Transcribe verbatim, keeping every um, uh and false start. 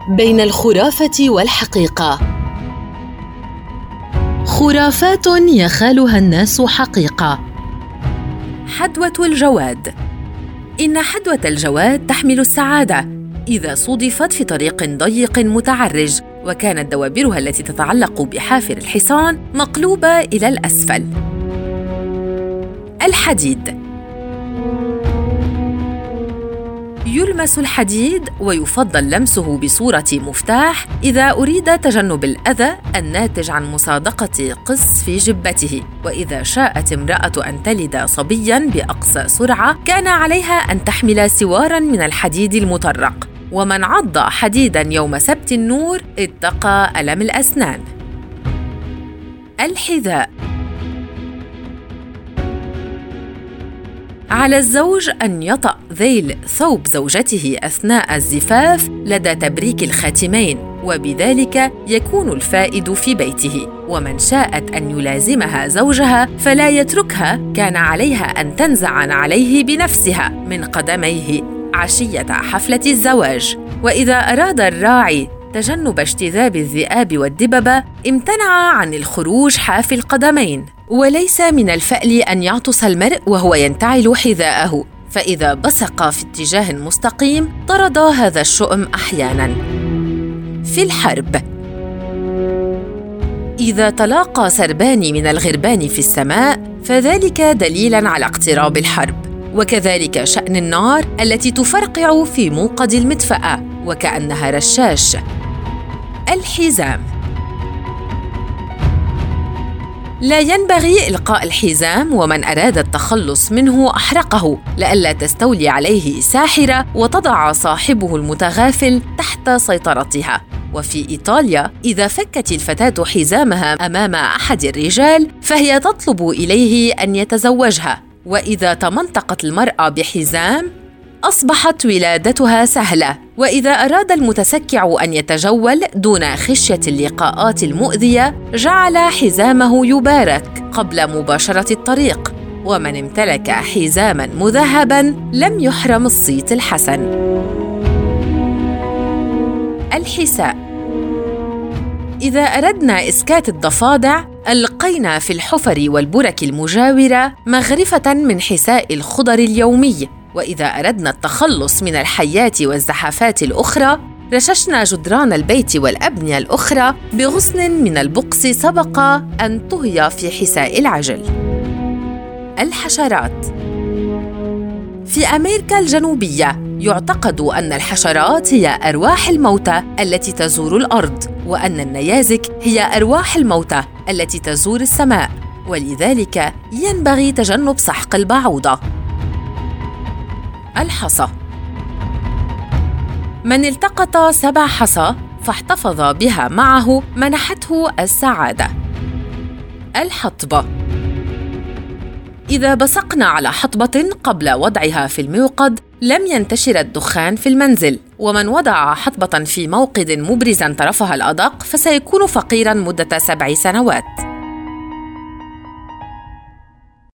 بين الخرافة والحقيقة. خرافات يخالها الناس حقيقة. حدوة الجواد. إن حدوة الجواد تحمل السعادة إذا صُدفت في طريق ضيق متعرج، وكانت دوابرها التي تتعلق بحافر الحصان مقلوبة إلى الأسفل. الحديد. يلمس الحديد ويفضل لمسه بصورة مفتاح إذا أريد تجنب الأذى الناتج عن مصادقة قص في جبته، وإذا شاءت امرأة أن تلد صبياً بأقصى سرعة كان عليها أن تحمل سواراً من الحديد المطرق، ومن عض حديداً يوم سبت النور اتقى ألم الأسنان. الحذاء. على الزوج أن يطأ ذيل ثوب زوجته أثناء الزفاف لدى تبريك الخاتمين، وبذلك يكون الفائد في بيته. ومن شاءت أن يلازمها زوجها فلا يتركها، كان عليها أن تنزع عليه بنفسها من قدميه عشية حفلة الزواج. وإذا أراد الراعي تجنب اجتذاب الذئاب والدببة امتنع عن الخروج حافي القدمين. وليس من الفأل أن يعطس المرء وهو ينتعل حذاءه، فإذا بصق في اتجاه مستقيم طرد هذا الشؤم أحياناً. في الحرب. إذا تلاقى سربان من الغربان في السماء فذلك دليلاً على اقتراب الحرب، وكذلك شأن النار التي تفرقع في موقد المدفأة وكأنها رشاش. الحزام. لا ينبغي إلقاء الحزام، ومن أراد التخلص منه أحرقه لئلا تستولي عليه ساحرة وتضع صاحبه المتغافل تحت سيطرتها. وفي إيطاليا إذا فكت الفتاة حزامها أمام أحد الرجال فهي تطلب إليه أن يتزوجها، وإذا تمنطقت المرأة بحزام أصبحت ولادتها سهلة. وإذا أراد المتسكع أن يتجول دون خشية اللقاءات المؤذية جعل حزامه يبارك قبل مباشرة الطريق، ومن امتلك حزاماً مذهباً لم يحرم الصيت الحسن. الحساء. إذا أردنا إسكات الضفادع ألقينا في الحفر والبرك المجاورة مغرفة من حساء الخضر اليومي، وإذا أردنا التخلص من الحيات والزحافات الأخرى رششنا جدران البيت والأبنية الأخرى بغصن من البقس سبق أن طهي في حساء العجل. الحشرات. في أمريكا الجنوبية يعتقد أن الحشرات هي أرواح الموتى التي تزور الأرض، وأن النيازك هي أرواح الموتى التي تزور السماء، ولذلك ينبغي تجنب سحق البعوضة. الحصى. من التقط سبع حصى فاحتفظ بها معه منحته السعادة. الحطبة. إذا بصقنا على حطبة قبل وضعها في الموقد لم ينتشر الدخان في المنزل، ومن وضع حطبة في موقد مبرزاً طرفها الأدق فسيكون فقيراً مدة سبع سنوات.